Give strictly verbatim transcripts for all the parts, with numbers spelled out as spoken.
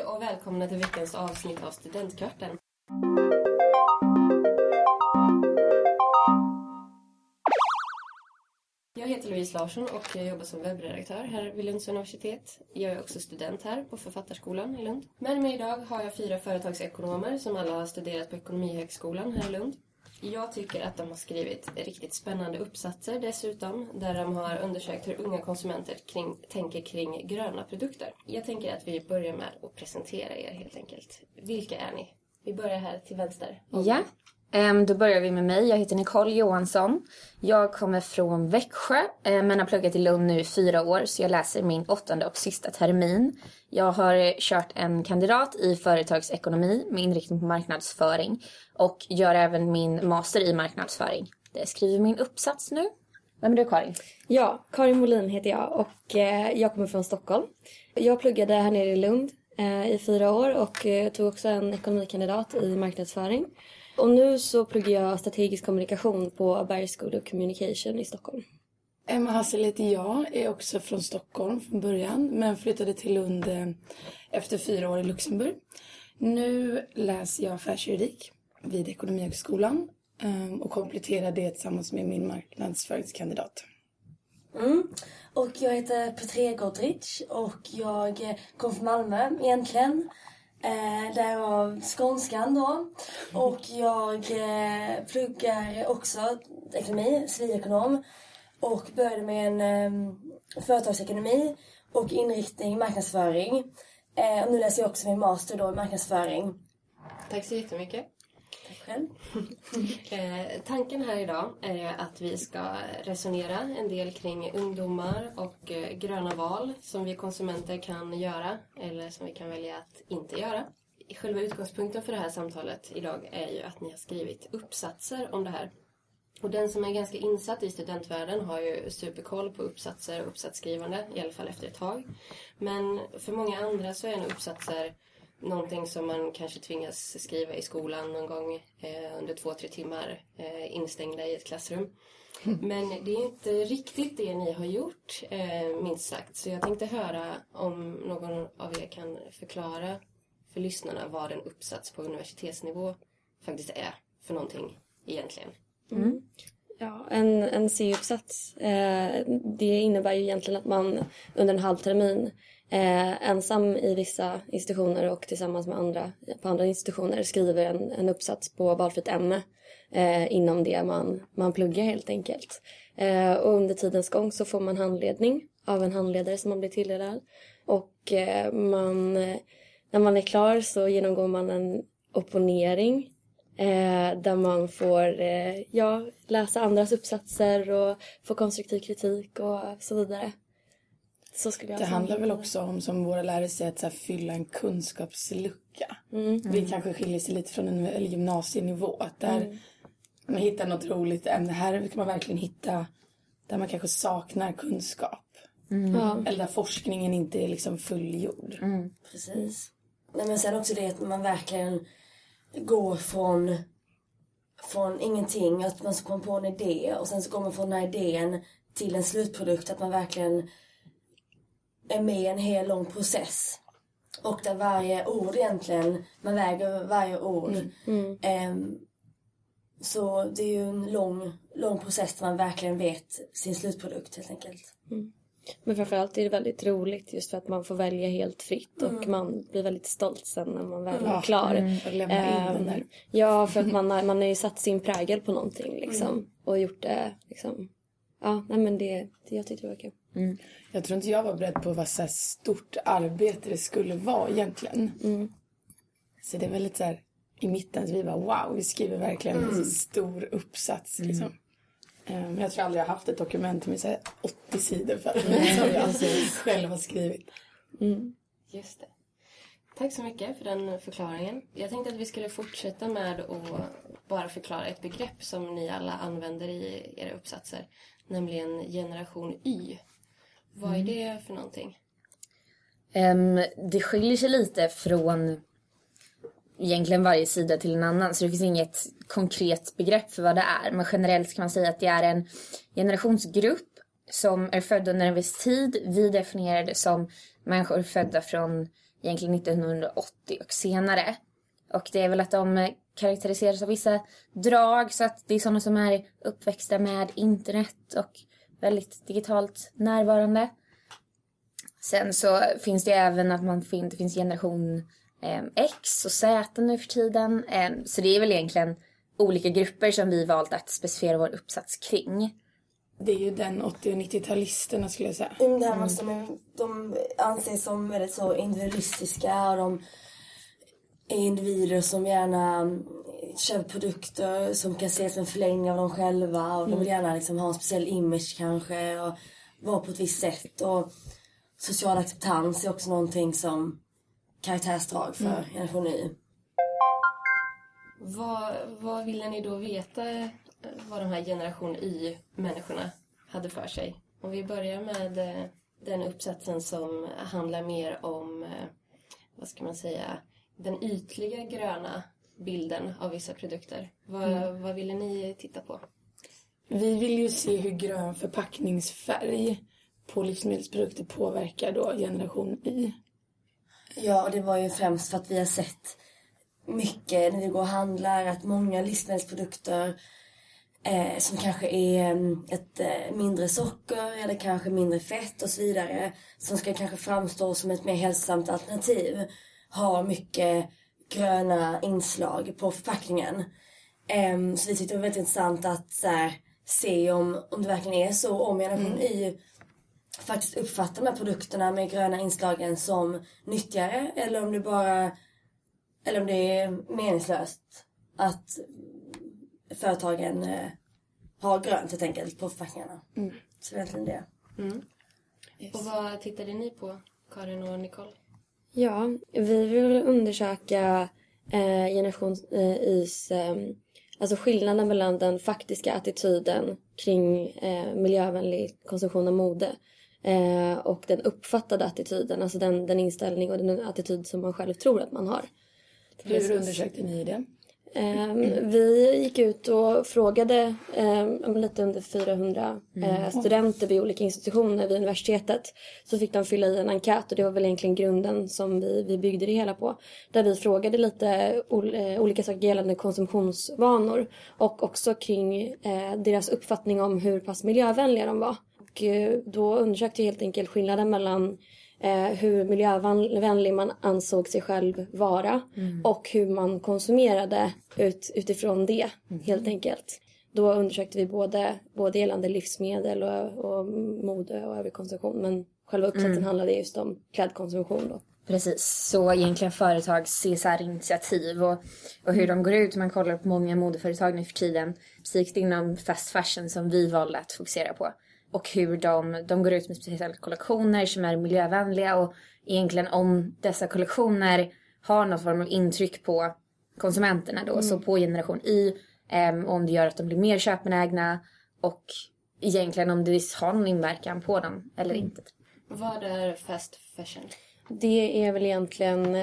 Hej och välkomna till veckans avsnitt av Studentkvarten. Jag heter Louise Larsson och jag jobbar som webbredaktör här vid Lunds universitet. Jag är också student här på Författarskolan i Lund. Med mig idag har jag fyra företagsekonomer som alla har studerat på Ekonomihögskolan här i Lund. Jag tycker att de har skrivit riktigt spännande uppsatser dessutom, där de har undersökt hur unga konsumenter kring, tänker kring gröna produkter. Jag tänker att vi börjar med att presentera er helt enkelt. Vilka är ni? Vi börjar här till vänster. Ja, um, då börjar vi med mig. Jag heter Nicole Johansson. Jag kommer från Växjö um, men har pluggat i Lund nu i fyra år, så jag läser min åttonde och sista termin. Jag har kört en kandidat i företagsekonomi med inriktning på marknadsföring och gör även min master i marknadsföring. Jag skriver min uppsats nu. Vem är du, Karin? Ja, Karin Molin heter jag och eh, jag kommer från Stockholm. Jag pluggade här nere i Lund eh, i fyra år och eh, tog också en ekonomikandidat i marknadsföring. Och nu så pluggar jag strategisk kommunikation på Bergs School of Communication i Stockholm. Emma Hassel heter jag, är också från Stockholm från början men flyttade till Lund efter fyra år i Luxemburg. Nu läser jag affärsjuridik vid Ekonomihögskolan och kompletterar det tillsammans med min marknadsföringskandidat. Mm. Och jag heter Petra Godrich och jag kommer från Malmö egentligen. Eh, därav skånskan då. Och jag eh, pluggar också ekonomi, civilekonom. Och började med en eh, företagsekonomi och inriktning marknadsföring. Eh, och nu läser jag också min master då i marknadsföring. Tack så jättemycket. Tack själv. eh, tanken här idag är att vi ska resonera en del kring ungdomar och eh, gröna val som vi konsumenter kan göra eller som vi kan välja att inte göra. Själva utgångspunkten för det här samtalet idag är ju att ni har skrivit uppsatser om det här. Och den som är ganska insatt i studentvärlden har ju superkoll på uppsatser och uppsatsskrivande, i alla fall efter ett tag. Men för många andra så är en uppsatser någonting som man kanske tvingas skriva i skolan någon gång eh, under två, tre timmar eh, instängda i ett klassrum. Men det är inte riktigt det ni har gjort, eh, minst sagt. Så jag tänkte höra om någon av er kan förklara för lyssnarna vad en uppsats på universitetsnivå faktiskt är för någonting egentligen. Mm. Ja, en, en C-uppsats eh, det innebär ju egentligen att man under en halvtermin eh, ensam i vissa institutioner och tillsammans med andra på andra institutioner skriver en, en uppsats på valfritt ämne eh, inom det man, man pluggar helt enkelt. Eh, och under tidens gång så får man handledning av en handledare som man blir tilldelad. Och eh, man, när man är klar så genomgår man en opponering. Eh, där man får eh, ja, läsa andras uppsatser och få konstruktiv kritik och så vidare. Så skulle jag det handlar väl också om, som våra lärare säger, att så här, fylla en kunskapslucka. Mm. Det kanske skiljer sig lite från en eller gymnasienivå. Att där mm. man hittar något roligt ämne. Här kan man verkligen hitta där man kanske saknar kunskap. Mm. Ja. Eller där forskningen inte är liksom fullgjord. Mm. Precis. Nej, men sen också det att man verkligen går från, från ingenting, att man ska komma på en idé och sen så går man från den här idén till en slutprodukt, att man verkligen är med i en hel lång process och där varje ord egentligen, man väger varje ord. Mm. Mm. Um, så det är ju en lång, lång process där man verkligen vet sin slutprodukt helt enkelt. Mm. Men framförallt är det väldigt roligt just för att man får välja helt fritt mm. och man blir väldigt stolt sen när man väl är klar. Mm. Och lämna in den där. Ja, för att man har, man har ju satt sin prägel på någonting liksom mm. och gjort det liksom. Ja, nej men det, det jag tyckte det var kul. Mm. Jag tror inte jag var beredd på vad så här stort arbete det skulle vara egentligen. Mm. Så det är väldigt så här i mitten så vi bara wow, vi skriver verkligen mm. en så stor uppsats liksom. Mm. Men jag tror aldrig jag har haft ett dokument med så här åttio sidor för mm. som jag själv har skrivit. Mm. Just det. Tack så mycket för den förklaringen. Jag tänkte att vi skulle fortsätta med att bara förklara ett begrepp som ni alla använder i era uppsatser. Nämligen generation Y. Vad är det för någonting? Um, det skiljer sig lite från egentligen varje sida till en annan. Så det finns inget konkret begrepp för vad det är. Men generellt kan man säga att det är en generationsgrupp som är född under en viss tid. Vi definierar det som människor födda från egentligen nittonhundraåttio och senare. Och det är väl att de karaktäriseras av vissa drag, så att det är sådana som är uppväxta med internet och väldigt digitalt närvarande. Sen så finns det även att man fin- det finns generation eh, X och Z nu för tiden. Eh, så det är väl egentligen olika grupper som vi valt att specificera vår uppsats kring. Det är ju den åttio- och nittio-talisterna skulle jag säga. Mm, det här måste de, de anses som väldigt så individualistiska, och de är individer som gärna köper produkter som kan ses som en förlängning av dem själva, och de vill gärna liksom ha en speciell image kanske och vara på ett visst sätt, och social acceptans är också någonting som karaktärsdrag för mm. generation Y. Vad, vad ville ni då veta vad de här generation Y-människorna hade för sig? Om vi börjar med eh, den uppsatsen som handlar mer om, eh, vad ska man säga, den ytliga gröna bilden av vissa produkter. Vad, mm. vad ville ni titta på? Vi vill ju se hur grön förpackningsfärg på livsmedelsprodukter påverkar då generation Y. Ja, det var ju främst för att vi har sett mycket när vi går och handlar, att många livsmedelsprodukter eh, som kanske är ett eh, mindre socker eller kanske mindre fett och så vidare, som ska kanske framstå som ett mer hälsosamt alternativ, har mycket gröna inslag på förpackningen. Eh, så vi tyckte det var väldigt intressant att så här, se om, om det verkligen är så, om generation mm. Y faktiskt uppfattar de här produkterna med gröna inslagen som nyttigare, eller om det bara eller om det är meningslöst att företagen eh, har grönt helt enkelt på förpackningarna. Mm. Så egentligen det. Mm. Yes. Och vad tittade ni på, Karin och Nicole? Ja, vi vill undersöka eh, generation eh, Y's, eh, alltså skillnaden mellan den faktiska attityden kring eh, miljövänlig konsumtion av mode eh, och den uppfattade attityden, alltså den, den inställning och den attityd som man själv tror att man har. Hur undersökte ni det? Um, vi gick ut och frågade um, lite under fyrahundra mm. uh, studenter vid olika institutioner vid universitetet. Så fick de fylla i en enkät, och det var väl egentligen grunden som vi, vi byggde det hela på. Där vi frågade lite ol, uh, olika saker gällande konsumtionsvanor och också kring uh, deras uppfattning om hur pass miljövänliga de var. Och uh, då undersökte jag helt enkelt skillnaden mellan Eh, hur miljövänlig man ansåg sig själv vara mm. och hur man konsumerade ut, utifrån det mm. helt enkelt. Då undersökte vi både, både gällande livsmedel och, och mode och övrig konsumtion, men själva uppsatsen mm. handlade just om klädkonsumtion då. Precis, så egentligen företags C S R-initiativ och, och hur de går ut. Man kollar på många modeföretag nu för tiden, specifikt inom fast fashion som vi valde att fokusera på. Och hur de, de går ut med speciella kollektioner som är miljövänliga. Och egentligen om dessa kollektioner har något form av intryck på konsumenterna då. Mm. Så på generation Y. Um, om det gör att de blir mer köpbenägna. Och egentligen om det har någon inverkan på dem eller mm. inte. Vad är fast fashion? Det är väl egentligen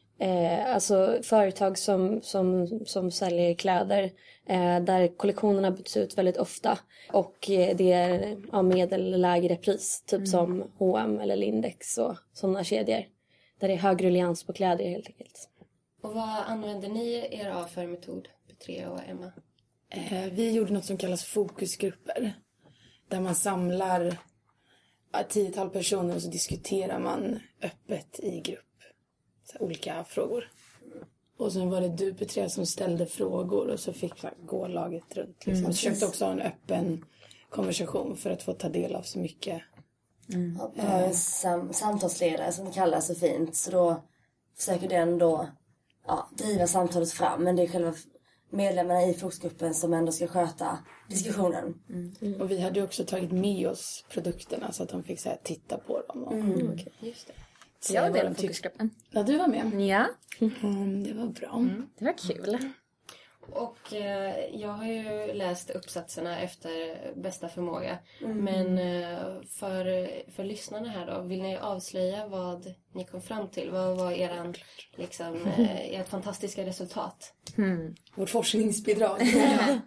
eh, alltså företag som, som, som säljer kläder. Eh, där kollektionerna byts ut väldigt ofta. Och eh, det är ja, medel- eller lägre pris. Typ mm. som H och M eller Lindex och sådana kedjor. Där det är hög ruljans på kläder helt enkelt. Och vad använder ni er av för metod, Petrea och Emma? Eh, vi gjorde något som kallas fokusgrupper. Där man samlar ett tiotal personer och så diskuterar man öppet i grupp. Så olika frågor. Och sen var det du, Petrea, som ställde frågor och så fick gå laget runt. Liksom. Mm. Jag försökte också ha en öppen konversation för att få ta del av så mycket. Mm. Ja, vi har en sam- samtalsledare som det kallas så fint. Så då försöker den då ja, driva samtalet fram. Men det är själva medlemmarna i fokusgruppen som ändå ska sköta diskussionen. Mm. Mm. Och vi hade också tagit med oss produkterna så att de fick så här, titta på dem. Och, mm. Mm. Okay. Just det. Så jag var del av fokusgruppen. Ja, du var med. Ja. Mm, det var bra. Mm. Det var kul. Och eh, jag har ju läst uppsatserna efter bästa förmåga. Mm. Men eh, för, för lyssnarna här då, vill ni avslöja vad ni kom fram till? Vad var eran, liksom, eh, ert fantastiska resultat? Mm. Vårt forskningsbidrag. eh,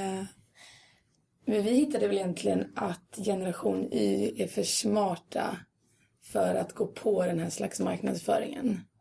men vi hittade väl egentligen att generation Y är för smarta för att gå på den här slags marknadsföringen.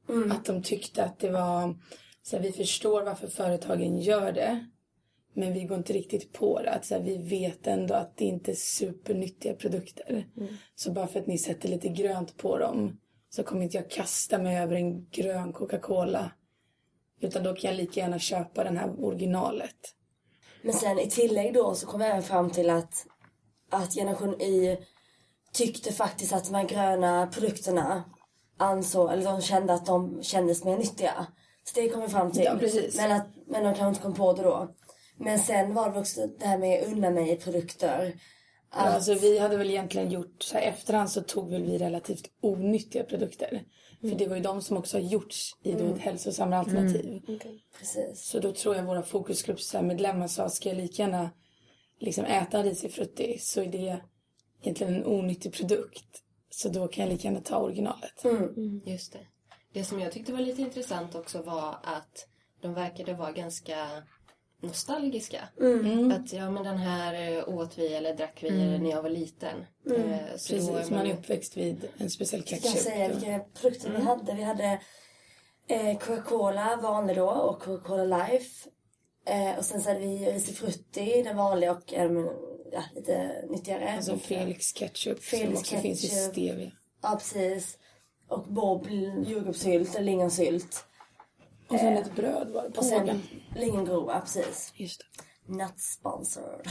Mm. Att de tyckte att det var... Så här, vi förstår varför företagen gör det. Men vi går inte riktigt på det. Att, så här, vi vet ändå att det inte är supernyttiga produkter. Mm. Så bara för att ni sätter lite grönt på dem. Så kommer inte jag kasta mig över en grön Coca-Cola. Utan då kan jag lika gärna köpa den här originalet. Men sen i tillägg då så kom jag även fram till att, att generation Y tyckte faktiskt att de här gröna produkterna ansåg, eller de kände att de kändes mer nyttiga. Så det kom jag fram till. Ja, precis. Men, att, men de kanske inte kom på det då. Men sen var det också det här med unna mig produkter. Att... Ja, alltså vi hade väl egentligen gjort, så här efterhand så tog väl vi relativt onyttiga produkter. Mm. För det var ju de som också har gjorts i mm. då ett hälsosammare alternativ. Mm. Okay. Precis. Så då tror jag våra fokusgruppsmedlemmar sa, ska jag lika gärna liksom äta risifrutti så är det egentligen en onyttig produkt. Så då kan jag lika gärna ta originalet. Mm. Mm. Just det. Det som jag tyckte var lite intressant också var att de verkade vara ganska nostalgiska. Mm. Att ja, men den här åt vi eller drack vi mm. när jag var liten. Mm. Eh, så precis, man... man är uppväxt vid en speciell ketchup. Jag ska säga vilka produkter mm. vi hade. Vi hade eh, Coca-Cola vanlig då och Coca-Cola Life. Eh, och sen så hade vi risifrutti, den vanliga och eh, ja, lite nyttigare. Alltså Felix ketchup Felix som också ketchup. Finns i stevia. Ja, precis. Och Bob jordgubbssylt eller lingonsylt. Och sen ett bröd var det på. Och sen lingongrova, precis. Just det. Not sponsored.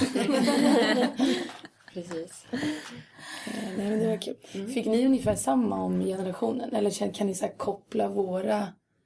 Precis. Nej, men det var kul. Mm. Fick ni ungefär samma om generationen? Eller kan ni så här koppla våra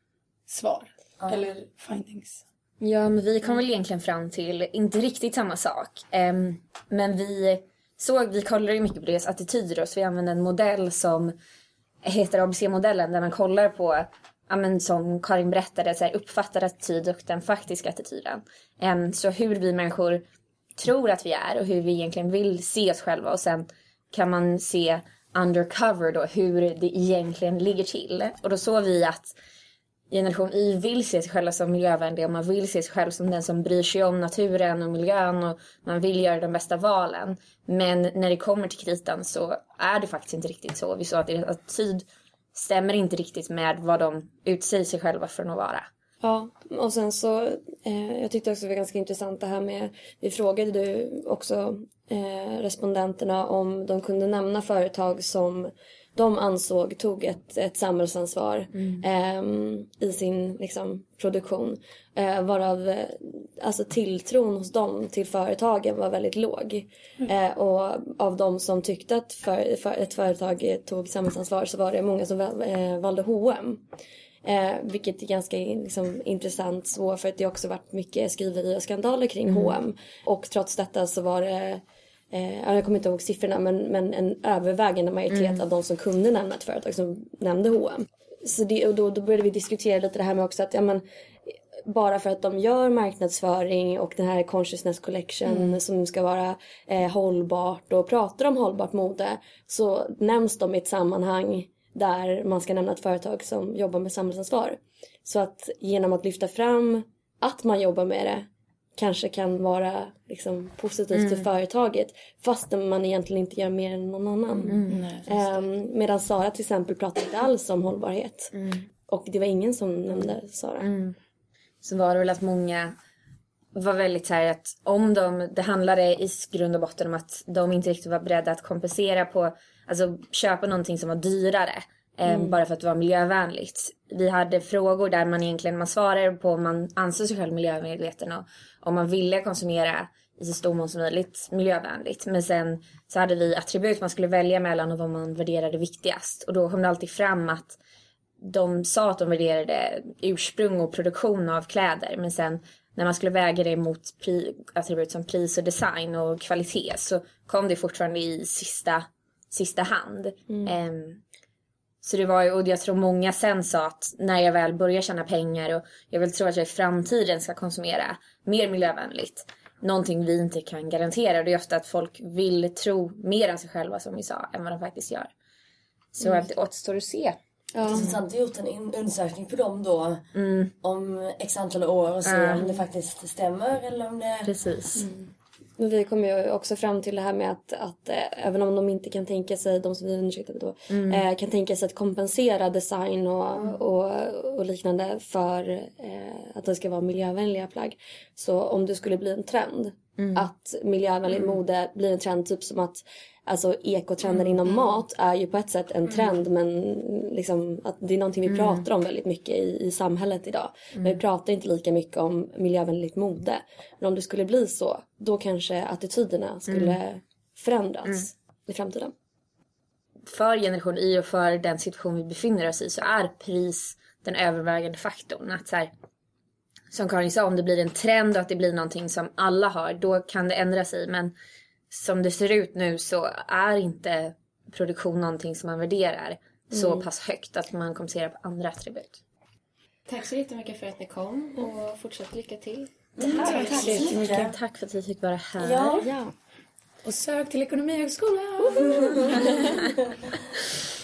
svar? Mm. Eller findings? Ja, men vi kom väl egentligen fram till inte riktigt samma sak. Um, men vi såg, vi kollade ju mycket på deras attityder. Så vi använde en modell som heter A B C-modellen. Där man kollar på, ja, men som Karin berättade, så här, uppfattad attityd och den faktiska attityden. Um, så hur vi människor tror att vi är och hur vi egentligen vill se oss själva. Och sen kan man se undercover då hur det egentligen ligger till. Och då såg vi att generation Y vill se sig själva som miljövänliga. Man vill se sig själv som den som bryr sig om naturen och miljön. Och man vill göra de bästa valen. Men när det kommer till kritan så är det faktiskt inte riktigt så. Vi såg att deras attityd stämmer inte riktigt med vad de utsäger sig själva för att vara. Ja, och sen så, eh, jag tyckte också det var ganska intressant det här med, vi frågade ju också eh, respondenterna om de kunde nämna företag som de ansåg tog ett, ett samhällsansvar mm. eh, i sin liksom, produktion. Eh, varav eh, alltså, tilltron hos dem till företagen var väldigt låg. Mm. Eh, och av de som tyckte att för, för ett företag tog samhällsansvar så var det många som väl, eh, valde H och M. Eh, vilket är ganska liksom, intressant så, för att det också varit mycket skriverier och skandaler kring mm. H och M. Och trots detta så var det, eh, jag kommer inte ihåg siffrorna, men, men en övervägande majoritet mm. av de som kunde nämna ett företag som nämnde H och M. Så det, och då, då började vi diskutera lite det här med också att ja, men, bara för att de gör marknadsföring och den här Consciousness Collection mm. som ska vara eh, hållbart och pratar om hållbart mode, så nämns de i ett sammanhang där man ska nämna ett företag som jobbar med samhällsansvar. Så att genom att lyfta fram att man jobbar med det kanske kan vara liksom positivt mm. till företaget. Fast man egentligen inte gör mer än någon annan. Mm. Um, medan Sara till exempel pratade inte alls om hållbarhet. Mm. Och det var ingen som nämnde Sara. Mm. Så var det väl att många var väldigt så här att om de, det handlade i grund och botten om att de inte riktigt var beredda att kompensera på, alltså köpa någonting som var dyrare. Mm. Bara för att det var miljövänligt. Vi hade frågor där man egentligen man svarade på om man anser sig själv miljövänligheten och om man ville konsumera i så stor mån som möjligt miljövänligt. Men sen så hade vi attribut man skulle välja mellan och vad man värderade viktigast. Och då kom det alltid fram att de sa att de värderade ursprung och produktion av kläder. Men sen när man skulle väga det mot pri- attribut som pris och design och kvalitet så kom det fortfarande i sista, sista hand. Mm. Um, Så det var ju, och jag tror många sen sa att när jag väl börjar tjäna pengar och jag vill tro att jag i framtiden ska konsumera mer miljövänligt. Någonting vi inte kan garantera. Det är ofta att folk vill tro mer än sig själva som vi sa än vad de faktiskt gör. Så mm. det återstår att se. Ja. Det är intressant att ha gjort en undersökning på dem då mm. om x antal år och se ja. om det faktiskt stämmer eller om det... Precis. Mm. Men vi kommer ju också fram till det här med att, att eh, även om de inte kan tänka sig, de som vi undersökte då, mm. eh, kan tänka sig att kompensera design och, mm. och, och liknande för eh, att det ska vara miljövänliga plagg. Så om det skulle bli en trend, mm. att miljövänlig mm. mode blir en trend, typ som att alltså ekotrenden mm. inom mat är ju på ett sätt en trend, mm. men liksom att det är någonting vi mm. pratar om väldigt mycket i, i samhället idag. Mm. Men vi pratar inte lika mycket om miljövänligt mode. Men om det skulle bli så, då kanske attityderna skulle mm. förändras mm. i framtiden. För generation Y och för den situation vi befinner oss i så är pris den övervägande faktorn. Att så här, som Karin sa, om det blir en trend och att det blir någonting som alla har, då kan det ändra sig. Men som det ser ut nu så är inte produktion någonting som man värderar mm. så pass högt att man kompenserar på andra attribut. Tack så jättemycket för att ni kom och fortsätt lycka till. Mm, tack, tack, tack så jättemycket. Tack för att vi fick vara här. Ja. Ja. Och sök till Ekonomihögskolan!